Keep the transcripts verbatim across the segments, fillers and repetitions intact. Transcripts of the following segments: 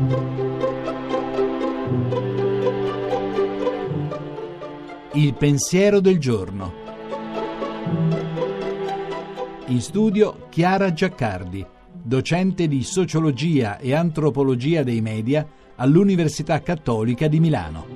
Il pensiero del giorno. In studio Chiara Giaccardi, docente di sociologia e antropologia dei media all'Università Cattolica di Milano.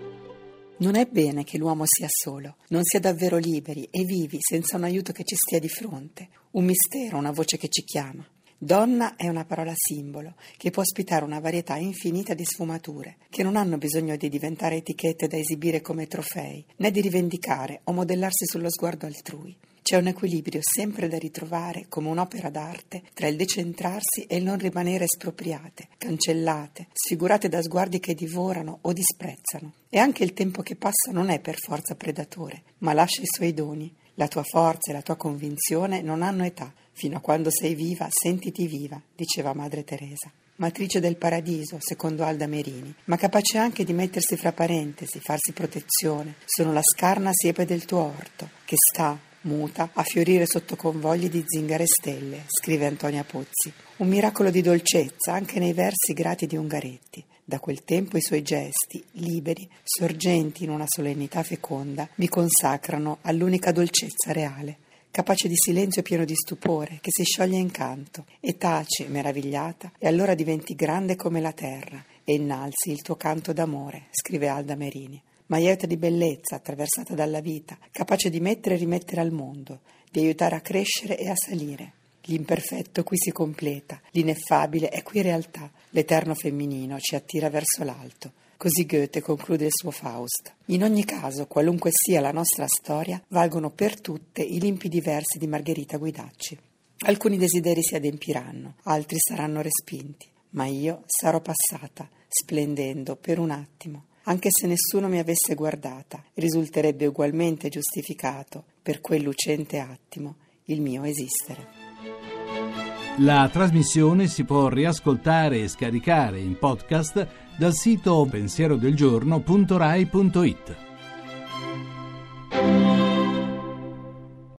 Non è bene che l'uomo sia solo, non sia davvero liberi e vivi senza un aiuto che ci stia di fronte, un mistero, una voce che ci chiama. Donna è una parola simbolo che può ospitare una varietà infinita di sfumature, che non hanno bisogno di diventare etichette da esibire come trofei, né di rivendicare o modellarsi sullo sguardo altrui. C'è un equilibrio sempre da ritrovare come un'opera d'arte tra il decentrarsi e il non rimanere espropriate, cancellate, sfigurate da sguardi che divorano o disprezzano. E anche il tempo che passa non è per forza predatore, ma lascia i suoi doni. La tua forza e la tua convinzione non hanno età. Fino a quando sei viva, sentiti viva, diceva Madre Teresa. Matrice del paradiso, secondo Alda Merini, ma capace anche di mettersi fra parentesi, farsi protezione. Sono la scarna siepe del tuo orto, che sta, muta, a fiorire sotto convogli di zingare stelle, scrive Antonia Pozzi. Un miracolo di dolcezza anche nei versi grati di Ungaretti. Da quel tempo i suoi gesti, liberi, sorgenti in una solennità feconda, mi consacrano all'unica dolcezza reale, capace di silenzio pieno di stupore, che si scioglie in canto, e taci, meravigliata, e allora diventi grande come la terra, e innalzi il tuo canto d'amore, scrive Alda Merini. Maieuta di bellezza, attraversata dalla vita, capace di mettere e rimettere al mondo, di aiutare a crescere e a salire. L'imperfetto qui si completa, l'ineffabile è qui realtà, l'eterno femminino ci attira verso l'alto. Così Goethe conclude il suo Faust. In ogni caso, qualunque sia la nostra storia, valgono per tutte i limpidi versi di Margherita Guidacci. Alcuni desideri si adempiranno, altri saranno respinti, ma io sarò passata, splendendo per un attimo. Anche se nessuno mi avesse guardata, risulterebbe ugualmente giustificato, per quel lucente attimo, il mio esistere. La trasmissione si può riascoltare e scaricare in podcast dal sito pensierodelgiorno punto rai punto it.